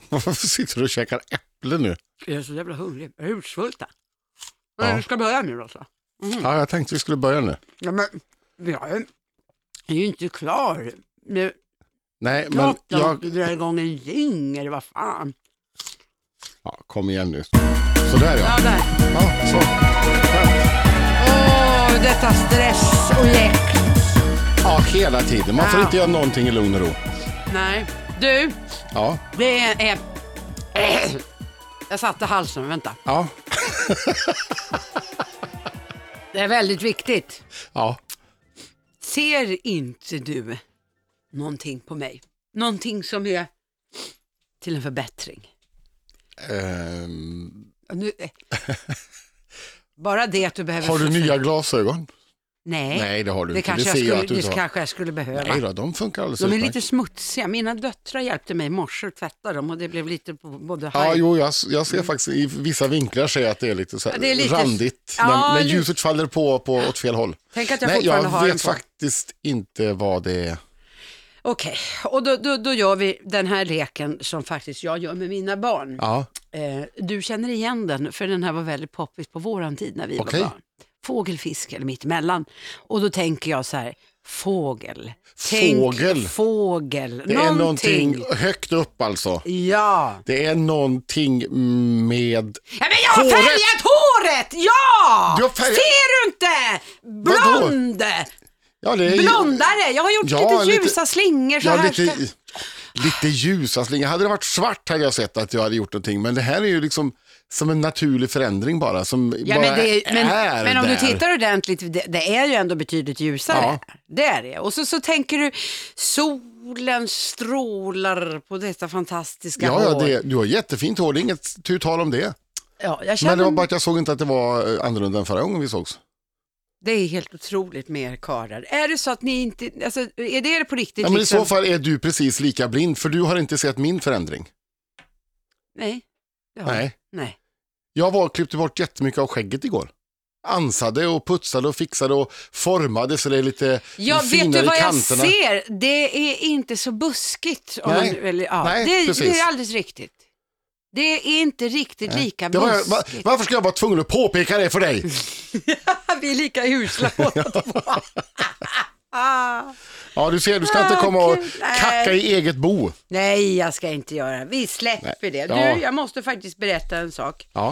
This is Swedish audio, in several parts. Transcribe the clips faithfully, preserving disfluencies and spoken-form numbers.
Varför sitter du och käkar äpple nu? Jag är så jävla hungrig. Jag är utsvulten. Men vi ska börja nu alltså. Mm. Ja, jag tänkte vi skulle börja nu. Ja, men jag är, är ju inte klar. Nu, Nej, men jag... Du drar igång en ring eller vad fan. Ja, kom igen nu. Så där ja. Ja, där. Ja, så. Åh, oh, detta stress och jäkt. Ja, hela tiden. Man får ja. inte göra någonting i lugn och ro. Nej. Du, ja. det är... Äh, jag satte halsen, vänta. Ja. Det är väldigt viktigt. Ja. Ser inte du någonting på mig? Någonting som är till en förbättring? Um... Nu, bara det att du behöver... Har du nya glasögon? Nej, Nej, det har du det inte. Kanske det jag skulle, jag det kanske jag skulle behöva. Nej då, de funkar alldeles De är utmärkt. lite smutsiga. Mina döttrar hjälpte mig i morse att tvätta dem och det blev lite på både Ja, haj. jo, jag, jag ser faktiskt i vissa vinklar säga att det är lite, så här, Ja, det är lite randigt. ja, när, när det... ljuset faller på, på åt fel håll. Tänk att jag Nej, fortfarande jag har vet den på. faktiskt inte vad det är. Okej, okay. och då, då, då gör vi den här leken som faktiskt jag gör med mina barn. Ja. Eh, du känner igen den, för den här var väldigt poppis på våran tid när vi okay. var barn. Fågel, fisk eller mitt emellan. Och då tänker jag så här, fågel. Fågel? Tänk fågel. Det är någonting högt upp alltså. Ja. Det är någonting med Ja, men jag har håret. färgat håret! Ja! Du har färgat... Ser du inte? Blond! Ja, det är... Blondare. Jag har gjort ja, lite ljusa lite... slingor. Så ja, här lite... ska... lite ljusa slingor. Hade det varit svart hade jag sett att jag hade gjort någonting. Men det här är ju liksom som en naturlig förändring bara. Som ja, bara men, det är, men, är men om där. du tittar ordentligt, det, det är ju ändå betydligt ljusare. Ja. Det är det. Och så, så tänker du, solen strålar på detta fantastiska ja, hår. Ja, det, du har jättefint hår. Det är inget tu tal om det. Ja, jag känner... Men det var bara att jag såg inte att det var annorlunda än förra gången vi sågs. Det är helt otroligt mer karlar. Är det så att ni inte, alltså, är det på riktigt? Ja, men liksom... i så fall är du precis lika blind, för du har inte sett min förändring. Nej. Ja. Nej. Nej. Jag var klippte bort jättemycket av skägget igår. Ansade och putsade och fixade och formade så det är lite ja, finare vet du vad i kanterna. Jag ser? Det är inte så buskigt. Om Nej. man, eller, ja, Nej, det, precis. det är alldeles riktigt. Det är inte riktigt Nej. lika det var, buskigt. var, varför ska jag vara tvungen att påpeka det för dig? Vi är lika usla båda två. ah. Ja, du ser, du ska inte komma och Nej. kacka i eget bo. Nej, jag ska inte göra. Vi släpper Nej. det. Du, Ja. jag måste faktiskt berätta en sak. Ja.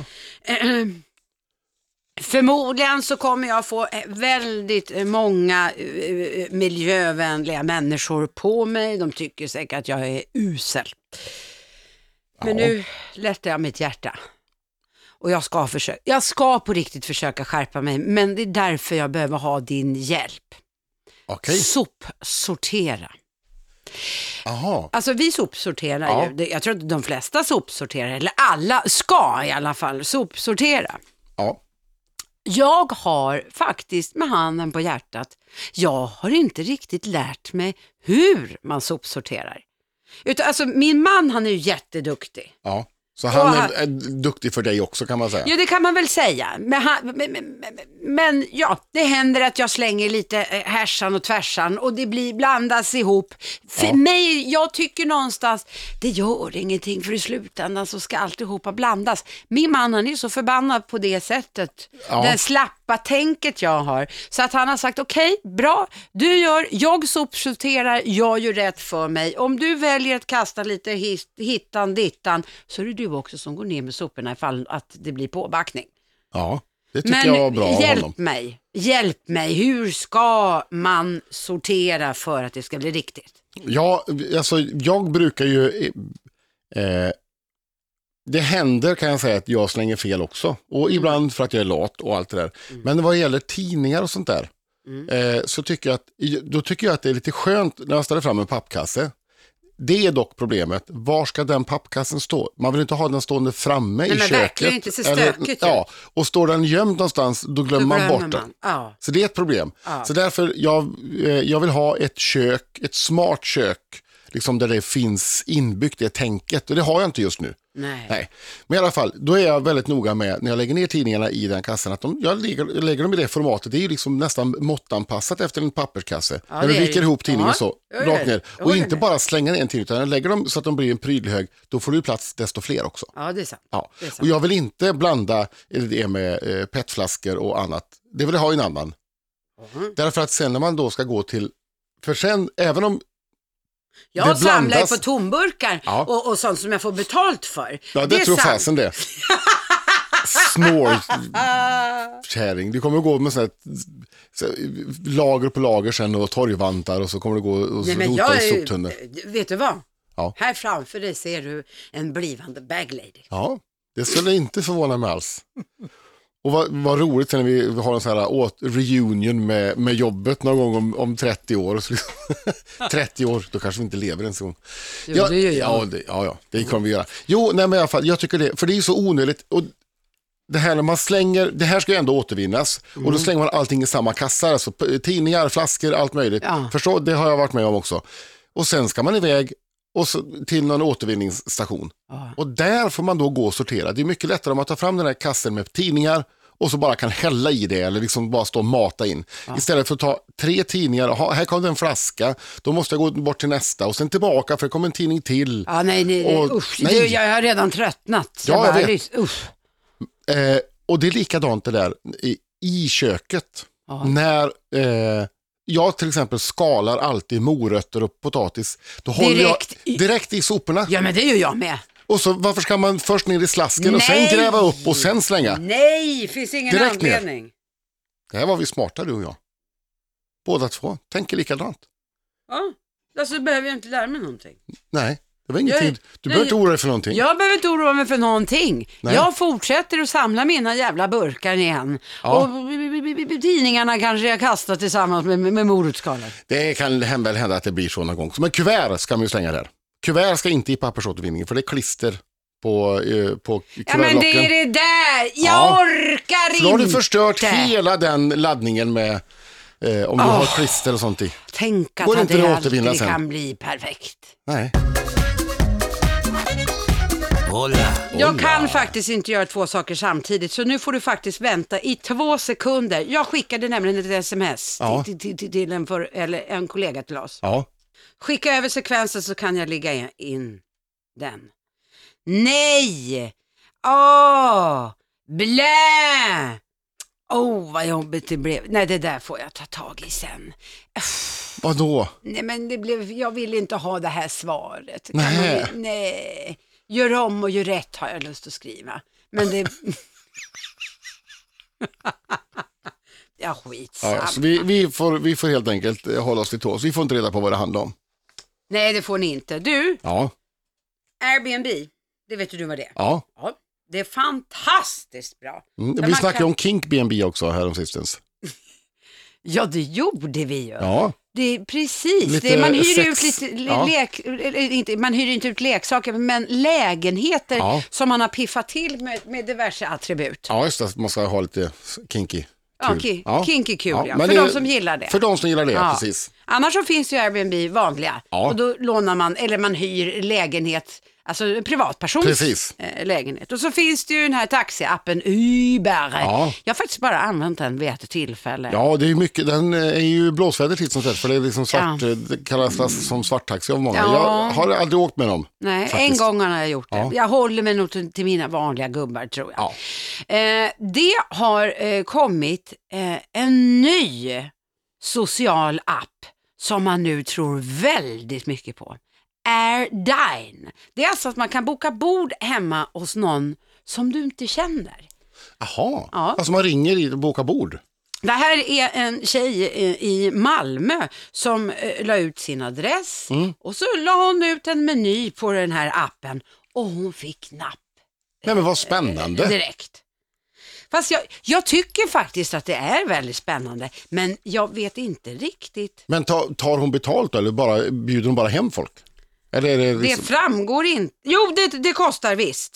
Förmodligen så kommer jag få väldigt många miljövänliga människor på mig. De tycker säkert att jag är usel. Men Ja. nu lättar jag mitt hjärta. Och jag ska försöka. Jag ska på riktigt försöka skärpa mig. Men det är därför jag behöver ha din hjälp. Okej. Sopsortera. Aha. Alltså vi sopsorterar Ja. ju. Jag tror att de flesta sopsorterar. Eller alla ska i alla fall sopsortera. Ja. Jag har faktiskt med handen på hjärtat, jag har inte riktigt lärt mig hur man sopsorterar. Utan, alltså, min man, han är ju jätteduktig. Ja. Så han han- är, är duktig för dig också kan man säga. Ja, det kan man väl säga. Men, han, men, men, men, men ja, det händer att jag slänger lite eh, härsan och tvärsan och det blir blandas ihop. För Ja. mig, jag tycker någonstans, det gör ingenting för i slutändan så ska alltihopa blandas. Min man, han är ju så förbannad på det sättet. Ja. Det slappa tänket jag har. Så att han har sagt, okej, bra, du gör, jag sopsorterar, jag gör rätt för mig. Om du väljer att kasta lite hit, hittan, dittan, så är det du också som går ner med soporna ifall att det blir påbackning. Ja, det tycker Men jag var bra av hjälp honom. mig, hjälp mig. Hur ska man sortera för att det ska bli riktigt? Ja, alltså jag brukar ju... Eh, det händer kan jag säga att jag slänger fel också. Och Mm. ibland för att jag är lat och allt det där. Mm. Men vad gäller tidningar och sånt där. Mm. Eh, så tycker jag att, då tycker jag att det är lite skönt när jag ställer fram en pappkasse. Det är dock problemet. Var ska den pappkassen stå? Man vill inte ha den stående framme Nej, i men köket. verkligen inte så stökigt, Eller, ja, och står den gömd någonstans, då glömmer, Då man glömmer bort den. man. Ja. Så det är ett problem. Ja. Så därför, jag, eh, jag vill ha ett kök, ett smart kök. liksom där det finns inbyggt det tänket. Och det har jag inte just nu. Nej. Nej. Men i alla fall, då är jag väldigt noga med när jag lägger ner tidningarna i den kassan att de, jag lägger, jag lägger dem i det formatet. Det är ju liksom nästan måttanpassat efter en papperskasse. Ja, när du det är viker det. ihop tidningen Ja, så, jag rakt gör ner. det. Jag Och håller inte med. bara slänga ner en tidning utan jag lägger dem så att de blir en prydlighög. Då får du plats desto fler också. Ja, det är sant. Ja. Det är sant. Och jag vill inte blanda det med eh, petflaskor och annat. Det vill jag ha i en annan. Mm. Därför att sen när man då ska gå till, för sen, även om Jag det samlar ju blandas- på tomburkar Ja. och, och sånt som jag får betalt för. ja, det, är tror sant. fasen det. Snårkärring. Du kommer att gå med sån här, så här, lager på lager sen och torgvantar och så kommer du gå och Nej, men rota jag i är, soptunnor. vet du vad? Ja. Här framför dig ser du en blivande baglady. Ja, det skulle inte förvåna mig alls. Och vad, vad roligt när vi har en sån här åt, reunion med, med jobbet någon gång om, om trettio år. trettio år, då kanske vi inte lever ens en gång. Jo, Ja, det gör jag. ja, det, ja, ja, det kommer vi göra. Jo, nej, men i alla fall, jag tycker det, för det är så onödigt. Och det här när man slänger, det här ska ju ändå återvinnas. Mm. Och då slänger man allting i samma kassar, alltså p- tidningar, flaskor, allt möjligt. Ja. Förstå, det har jag varit med om också. Och sen ska man iväg och så, till någon återvinningsstation. Ja. Och där får man då gå och sortera. Det är mycket lättare om man tar fram den här kassen med tidningar och så bara kan hälla i det eller liksom bara stå och mata in. Ja. Istället för att ta tre tidningar, aha, här kom det en flaska, då måste jag gå bort till nästa och sen tillbaka för det kommer en tidning till. Ja, nej, nej, nej. Och- Usch, nej. Det, jag har redan tröttnat. Ja, jag bara, vet. lys- Usch. Eh, och det är likadant det där i, i köket. Ja. När eh, jag till exempel skalar alltid morötter och potatis, då håller Direkt jag i- direkt i soporna. Ja, men det gör jag med. Och så varför ska man först ner i slasken och Nej. sen gräva upp och sen slänga? Nej, finns ingen Direkt ner. anledning. Det här var vi smarta du och jag. Båda två, tänker likadant. Ja, alltså behöver jag inte lära mig någonting. Nej, det var ingenting. Jag- Du nej, behöver inte oroa dig för någonting. Jag behöver inte oroa mig för någonting. Nej. Jag fortsätter att samla mina jävla burkar igen. Ja. Och b- b- b- b- tidningarna kanske jag kastar tillsammans med, med, med morotsskalet. Det kan hem- väl hända att det blir så någon gång. Men kuvert ska man ju slänga där. Kuvert ska inte i pappersåtervinningen för det är klister på, eh, på Ja, men det är kuvertlocken. det där. Jag Ja. orkar Så inte. då har du förstört hela den laddningen med eh, om du Åh. har klister och sånt i. Tänk Går att inte det att återvinna aldrig sen? kan bli perfekt. Nej. Jag kan faktiskt inte göra två saker samtidigt, så nu får du faktiskt vänta i två sekunder. Jag skickade nämligen ett sms Ja. till, till, till, till en, för, eller en kollega till oss. Ja. Skicka över sekvensen så kan jag lägga in- in den. Nej! Åh! Blä! Åh, oh, vad jobbigt det blev. Nej, det där får jag ta tag i sen. Uff, Vadå? nej, men det blev, jag vill inte ha det här svaret. Kan Nej. man- nej. Gör om och gör rätt har jag lust att skriva. Men det... ja, skitsamma. Ja, så vi, vi, får, vi får helt enkelt eh, hålla oss till tås. Vi får inte reda på vad det handlar om. Nej, det får ni inte. Du, Ja. Airbnb, det vet du vad det är. Ja. Ja, det är fantastiskt bra. Mm. Där Vi man snackade kan- om Kink B and B också här om sistens. Ja, det gjorde vi ju. Ja. Det är precis, Lite det är, man hyr sex- ut lite le- ja. lek, eller inte, man hyr inte ut leksaker, men lägenheter Ja. som man har piffat till med, med diverse attribut. Ja, just det. Man ska ha lite kinky. Ja, Kul. ki- Ja. kinky kul, ja. men För det- de som gillar det. För de som gillar det, Ja. precis. Annars så finns det ju Airbnb vanliga. Ja. Och då lånar man, eller man hyr lägenhet, alltså en privatpersons Precis. eh, lägenhet. Och så finns det ju den här taxiappen Uber. Ja. Jag har faktiskt bara använt den vid ett tillfälle. Ja, det är ju mycket, den är ju blåsväder titt som sett, för det är liksom svart, Ja. det kallas som svarttaxi av många. Ja. Jag har aldrig åkt med dem. Nej, faktiskt. en gång har jag gjort det. Ja. Jag håller mig nog till, till mina vanliga gubbar, tror jag. Ja. Eh, det har eh, kommit eh, en ny social app som man nu tror väldigt mycket på. AirDine. Det är alltså att man kan boka bord hemma hos någon som du inte känner. Jaha, Ja. alltså man ringer i och bokar bord. Det här är en tjej i i Malmö som eh, la ut sin adress Mm. och så la hon ut en meny på den här appen och hon fick napp Nej men vad spännande. direkt. Fast jag, jag tycker faktiskt att det är väldigt spännande, men jag vet inte riktigt. Men ta, tar hon betalt då, eller bara, bjuder hon bara hem folk? Eller är det Det liksom... framgår inte. Jo, det, det kostar visst. Ja,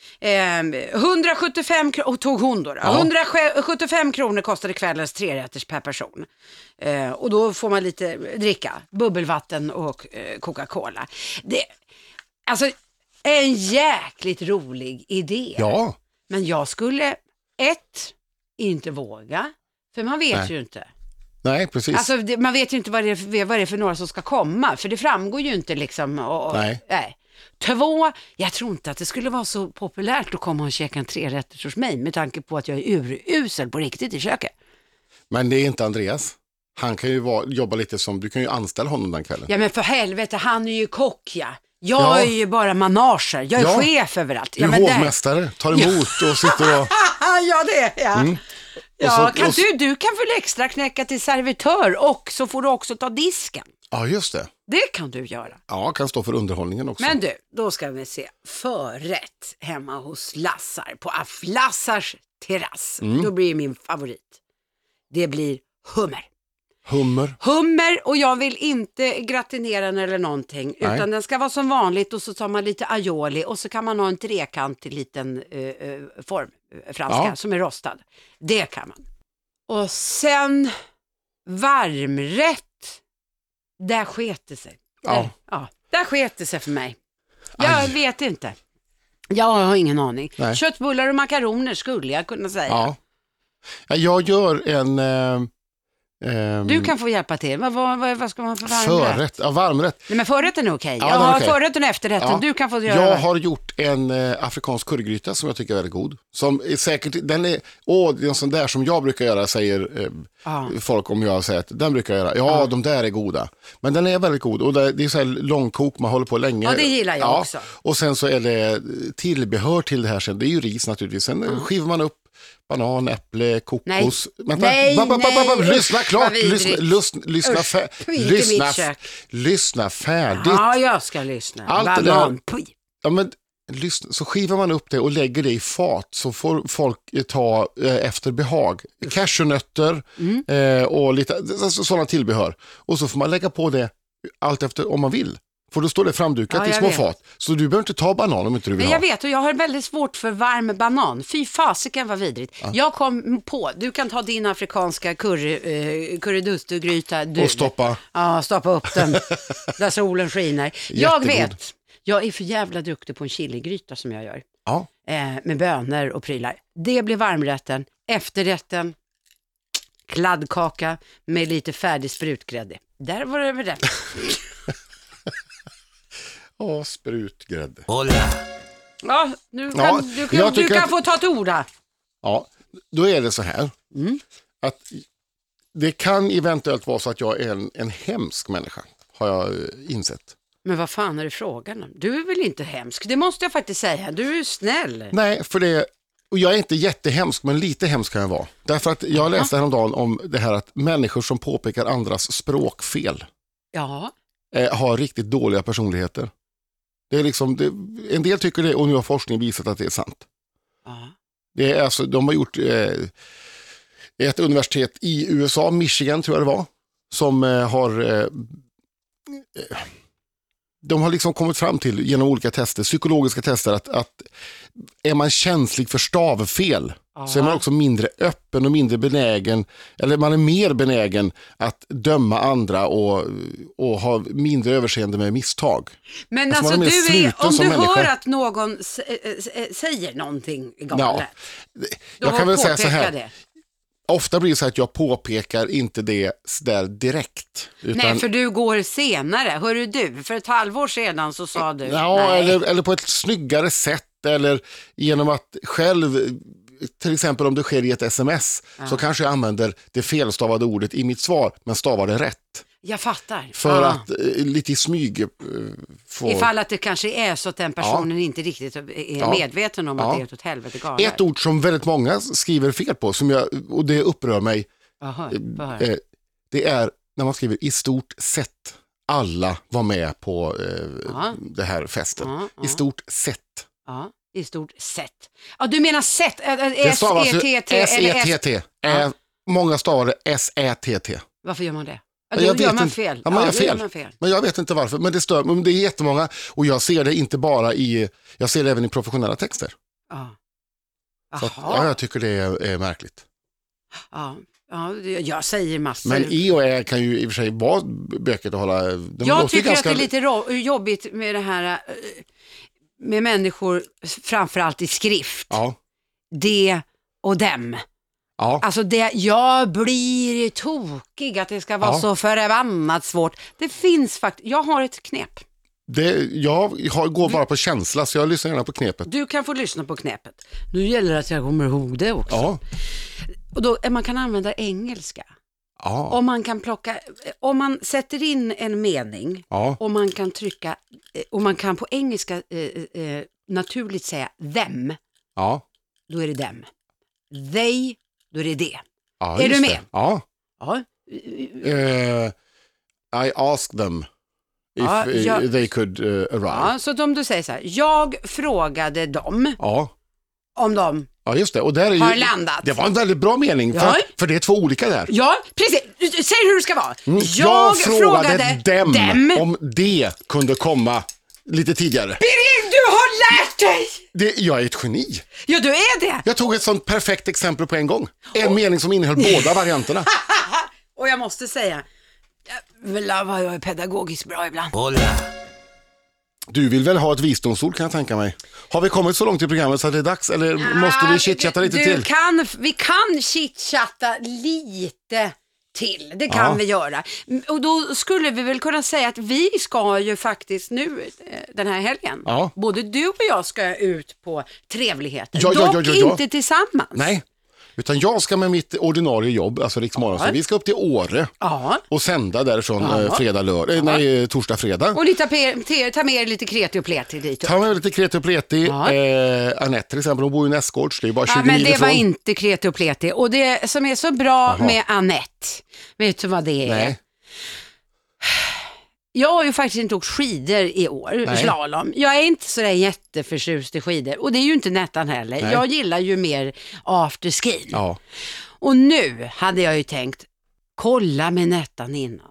Eh, hundrasjuttiofem kronor, och tog hon då, då. Ja. hundrasjuttiofem kronor kostade kvällens trerätters per person. Eh, och då får man lite dricka, bubbelvatten och eh, Coca-Cola. Det, alltså, en jäkligt rolig idé. Ja. Men jag skulle, ett, inte våga, för man vet Nej. ju inte. Nej, precis. Alltså, det, man vet ju inte vad det, är, vad det är för några som ska komma, för det framgår ju inte liksom. Och, och, Nej. nej. Två, jag tror inte att det skulle vara så populärt att komma och käka en trerätters hos mig, med tanke på att jag är urusel på riktigt i köket. Men det är inte Andreas. Han kan ju vara, jobba lite som, du kan ju anställa honom den kvällen. Ja, men för helvete, han är ju kock, ja. Jag Ja. är ju bara manager, jag är Ja. chef överallt. Du är Ja, men det- hovmästare, tar emot och sitter och... ja, det ja. Mm. Ja, Och så- kan och så- du, du kan väl extra knäcka till servitör, och så får du också ta disken. Ja, just det. Det kan du göra. Ja, kan stå för underhållningen också. Men du, då ska vi se förrätt hemma hos Lassar på Af Lassars terrass. Mm. Då blir min favorit. Det blir hummer. Hummer. Hummer, och jag vill inte gratinera den eller någonting, Nej. utan den ska vara som vanligt, och så tar man lite aioli och så kan man ha en trekantig liten uh, uh, form, uh, franska, Ja. som är rostad. Det kan man. Och sen varmrätt, där sket det sig. Ja. Där, ja, där sket det sig för mig. Jag Aj. vet inte. Jag har ingen aning. Nej. Köttbullar och makaroner skulle jag kunna säga. Ja. Ja, jag gör en... Eh, ehm, Du kan få hjälpa till. Vad, vad, vad, vad ska man för varmrätt? förrätt. Ja, varmrätt. Nej, men förrätten är okej. Ja, jag den är har okej. förrätten och efterrätten. Ja. Du kan få göra Jag det. har gjort en eh, afrikansk currygryta som jag tycker är väldigt god. Som är säkert, den är, åh, det är en sån där som jag brukar göra, säger eh, Ja. folk om jag säger att den brukar jag göra. Ja, Ja. de där är goda. Men den är väldigt god och det, det är så här långkok, man håller på länge. Ja, det gillar jag också. Och sen så är det tillbehör till det här sen, det är ju ris naturligtvis. Sen Ja. skivar man upp banan, äpple, kokos. Nej. Vänta, Nej, ba, ba, ba, ba, ba. nej, Lyssna usch, klart, vad vidrigt. lyssna, lyssna, lyssna, Usch, fär, skit i lyssna, mitt kök. lyssna färdigt. Ja, jag ska lyssna. Allt det där- Banan. Puj. Ja, men, lyssna, så skivar man upp det och lägger det i fat så får folk eh, ta eh, efter behag. Cashewnötter Mm. eh, och lite alltså, sådana tillbehör. Och så får man lägga på det allt efter om man vill. För då står det framdukat Ja, i jag små vet. fat. Så du behöver inte ta banan om inte du vill Men ha. jag vet, och jag har väldigt svårt för varm banan. Fy fasiken vad vidrigt. Jag kom på, du kan ta din afrikanska curry, eh, currydustugryta. Du. Och stoppa. Ja, stoppa upp den där solen skiner. Jag Jättegod. vet, jag är för jävla duktig på en chiligryta som jag gör. Ja. Eh, med bönor och prylar. Det blir varmrätten. Efterrätten, kladdkaka med lite färdig sprutgrädde. Där var det väl rätt. Ja, sprutgrädde. Ja, du kan, Ja, du kan, jag du tycker kan att- få ta till orda. Ja, då är det så här. Mm. Att det kan eventuellt vara så att jag är en, en hemsk människa. Har jag eh, insett. Men vad fan är det frågan om? Du är väl inte hemsk? Det måste jag faktiskt säga. Du är snäll. Nej, för det, och jag är inte jättehemsk, men lite hemsk kan jag vara. Därför att jag läste häromdagen om det här att människor som påpekar andras språkfel Ja. eh, har riktigt dåliga personligheter. Det är liksom, det, en del tycker det och nu har forskning visat att det är sant. Ja. Det är alltså, de har gjort eh, ett universitet i U S A, Michigan tror jag det var, som eh, har eh, eh, de har liksom kommit fram till genom olika tester, psykologiska tester, att, att är man känslig för stavfel Ja. så är man också mindre öppen och mindre benägen, eller man är mer benägen att döma andra och, och ha mindre överseende med misstag. Men Alltså, alltså, man är mer du är, sluten om som du människa. hör att någon s- äh, s- säger någonting galet, Ja, då jag kan väl säga så påpeka här. det. Ofta blir det så att jag påpekar inte det där direkt. Utan, Nej, för du går senare. Hörru du, för ett halvår sedan så sa du. ja, nej. eller, eller på ett snyggare sätt, eller genom att själv, till exempel om det sker i ett sms, Ja. så kanske jag använder det felstavade ordet i mitt svar, men stavar det rätt. Jag fattar. För Ja. att eh, lite i smyg eh, få... Ifall att det kanske är så att den personen inte riktigt är Ja. medveten om att Ja. det är åt helvete galet. Ett ord som väldigt många skriver fel på, som jag, och det upprör mig, Jaha, få höra. eh, det är när man skriver i stort sett. Alla var med på eh, Ja. det här festen. Ja, ja. I stort sett. Ja, i stort sett. Ja, du menar sett, äh, äh, Det stavas ju S-E-T-T eller S... S-E-T-T. Ja. Eh, Många stavar det S-Ä-T-T. Varför gör man det? Ja, Jag då vet gör man inte. fel. Ja, man gör då gör fel. man fel. Men jag vet inte varför. Men det stör men det är jättemånga. Och jag ser det inte bara i, jag ser det även i professionella texter. Ja. Så att, ja, jag tycker det är, är märkligt. Ja. Ja, jag säger massor. Men i och ä kan ju i och för sig vara bökigt att hålla. De jag tycker ganska... att det är lite ro- jobbigt med det här med människor, framförallt i skrift. Ja. Det och dem. Ja. Alltså det, jag blir tokig att det ska vara Ja. så förbannat svårt. Det finns faktiskt, jag har ett knep. Det, jag har, går bara på känsla, så jag lyssnar gärna på knepet. Du kan få lyssna på knepet. Nu gäller det att jag kommer ihåg det också. Ja. Och då, man kan använda engelska. Ja. Om man kan plocka, om man sätter in en mening Ja. och man kan trycka, och man kan på engelska eh, eh, naturligt säga them, Ja. då är det them. They, då är det det. Ja, Är just du med? Det. Ja. Ja. Uh, I asked them if Ja, jag- uh, they could uh, arrive. Ja, så om du säger så här, jag frågade dem Ja. om de Ja, just det. Och där är ju, har landat. det var en väldigt bra mening, för, Ja. för det är två olika där. Ja, precis. Säg hur det ska vara. Mm, Jag, frågade, dem, dem. om det kunde komma lite tidigare. Birgit, du har lärt dig! Det, jag är ett geni. Ja, du är det. Jag tog ett sånt perfekt exempel på en gång. En mening som innehöll båda varianterna. Och jag måste säga, jag var jag är pedagogiskt bra ibland. Du vill väl ha ett visdomsord, kan jag tänka mig. Har vi kommit så långt i programmet så att det är dags, eller måste vi chitchatta lite du till? Kan, vi kan chitchatta lite till, det kan Ja. vi göra. Och då skulle vi väl kunna säga att vi ska ju faktiskt nu eh, den här helgen, Ja. både du och jag ska ut på trevligheter. Ja, ja, Dock ja, ja, ja. inte tillsammans. Nej, utan jag ska med mitt ordinarie jobb, alltså Riks Morgonzoo, vi ska upp till Åre Ja. och sända därifrån Ja. eh, fredag, lördag, eh, nej, torsdag, fredag. Och lite, pe- te- ta med er lite kreti och pleti dit upp. Ta med lite kreti och pleti. Ja. Eh, Anette till exempel, hon bor i Näsgårds, det är bara tjugo Ja, men mil det ifrån. var inte kreti och pleti. Och det som är så bra Jaha. med Anette, vet du vad det är? Nej. Jag har ju faktiskt inte åkt skidor i år, Nej. slalom. Jag är inte så där jätteförtjust i skidor. Och det är ju inte Nettan heller. Nej. Jag gillar ju mer afterskin. Ja. Och nu hade jag ju tänkt, kolla med Nettan innan.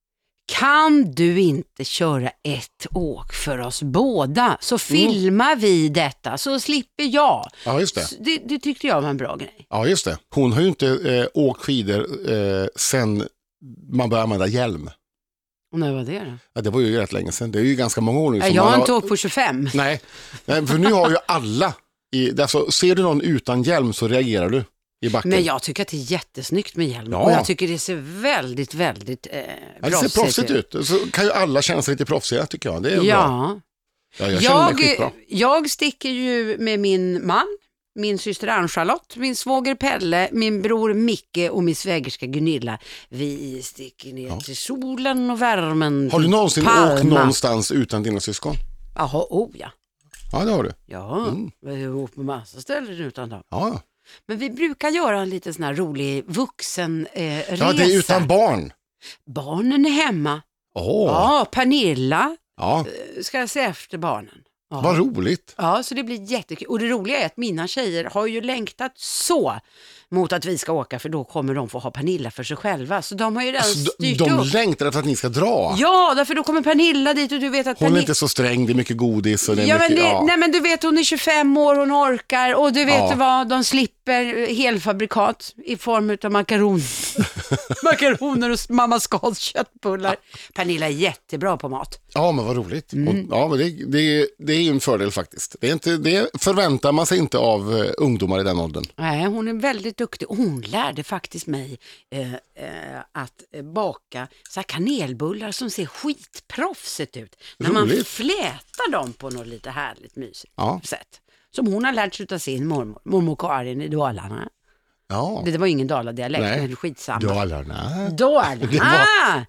Kan du inte köra ett åk för oss båda? Så filmar vi detta, så slipper jag. Ja, just det. Så Det, det tyckte jag var en bra grej. Ja, just det. Hon har ju inte eh, åkt skidor eh, sen man började använda hjälm. Och när var det då? Ja, det var ju rätt länge sedan. Det är ju ganska många år nu. Nej, som jag man har inte åkt på tjugofem. Nej, Nej, för nu har ju alla, i, alltså, ser du någon utan hjälm så reagerar du i backen. Men jag tycker att det är jättesnyggt med hjälm. Ja. Och jag tycker det ser väldigt, väldigt eh, Ja, det ser proffsigt ut. Så kan ju alla känna sig lite proffsiga, tycker jag. Det är bra. Ja. Ja, jag känner mig Jag, skitbra. jag sticker ju med min man, min syster Ann-Charlotte, min svåger Pelle, min bror Micke och min svägerska Gunilla. Vi sticker ner Ja. till solen och värmen. Har du till någonsin Palma. åkt någonstans utan dina syskon? Jaha, oh ja. Ja, det har du. Ja, Mm. vi har åkt på massa ställen utan dem. Ja, Men vi brukar göra en liten sån här rolig vuxenresa. Eh, ja det är utan barn. Barnen är hemma. Åh, Ja, Pernilla ja, eh, ska se efter barnen. Ja. vad roligt. Ja, så det blir jättekul. Och det roliga är att mina tjejer har ju längtat så mot att vi ska åka, för då kommer de få ha Pernilla för sig själva. Så de har ju redan Alltså, de styrt de upp. längtar efter att ni ska dra. Ja, därför då kommer Pernilla dit och du vet att Hon är Perni- inte så sträng, det är mycket godis och det är Ja, mycket... men det, ja. nej men du vet, hon är tjugofem år, hon orkar, och du vet Ja. du vad, de slipper helfabrikat i form av makaron. makaroner och mamma Skads köttbullar. Pernilla är jättebra på mat. Ja, men vad roligt. Mm. Och, ja, men det, det, det är ju en fördel faktiskt. Det, är inte, det förväntar man sig inte av uh, ungdomar i den åldern. Nej, hon är väldigt duktig. Och hon lärde faktiskt mig eh, eh, att eh, baka så här kanelbullar som ser skitproffsigt ut. När man Roligt. flätar dem på något lite härligt mysigt Ja. sätt. Som hon har lärt sig av sin mormor, mormor Karin i Dalarna. Ja, Det, det var ingen daladialekt, Nej. men skitsamma. Dalarna. Dalarna!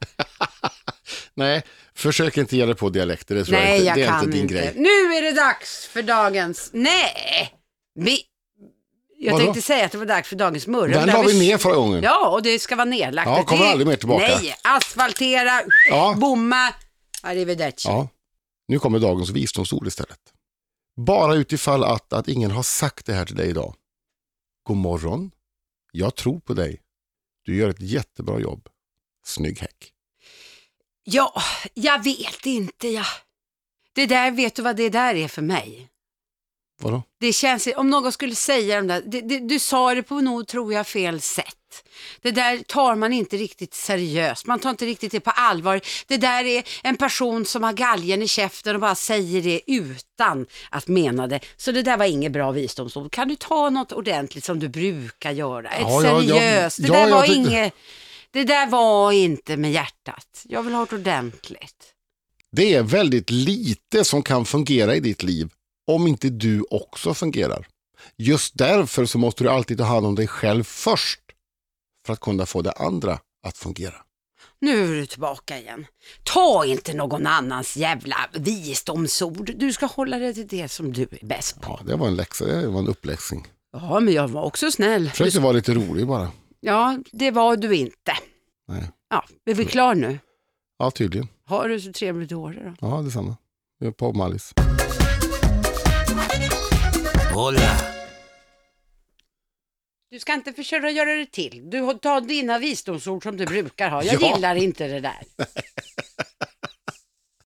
Nej, försök inte ge dig på dialekter, det tror jag Nej, inte. jag Det är kan inte din inte. grej. Nu är det dags för dagens... Nej! Vi... Jag Vadå? tänkte säga att det var dags för dagens murra. Den men la där vi ner förra gången. Ja, och det ska vara nedlagt. Ja, kommer Det- aldrig mer tillbaka. Nej, asfaltera, Ja. bomma, arrivederci. Ja, nu kommer dagens visdomsord istället. Bara utifall att, att ingen har sagt det här till dig idag. God morgon, jag tror på dig. Du gör ett jättebra jobb. Snygg häck. Ja, jag vet inte. Jag... Det där, vet du vad det där är för mig? Vadå? Det känns, om någon skulle säga de där, det, det, du sa det på nog, tror jag, fel sätt. Det där tar man inte riktigt seriöst. Man tar inte riktigt det på allvar. Det där är en person som har galgen i käften och bara säger det utan att mena det. Så det där var inget bra visdomsord. Kan du ta något ordentligt som du brukar göra? Ett Ja, ja, seriöst. ja, det där ja, var jag tyckte- inget... Det där var inte med hjärtat. Jag vill ha det ordentligt. Det är väldigt lite som kan fungera i ditt liv om inte du också fungerar. Just därför så måste du alltid ta hand om dig själv först för att kunna få det andra att fungera. Nu är du tillbaka igen. Ta inte någon annans jävla visdomsord. Du ska hålla dig till det som du är bäst på. Ja, det var en läxa, det var en uppläxning. Ja, men jag var också snäll. Försökte vara lite rolig bara. Ja, det var du inte. Nej. Ja, är vi klar nu? Ja, tydligen. Har du så trevligt år då? Ja, detsamma. Jag är på Mallis. Hola. Du ska inte försöka göra det till. Du tar dina visdomsord som du brukar ha. Jag Ja. gillar inte det där.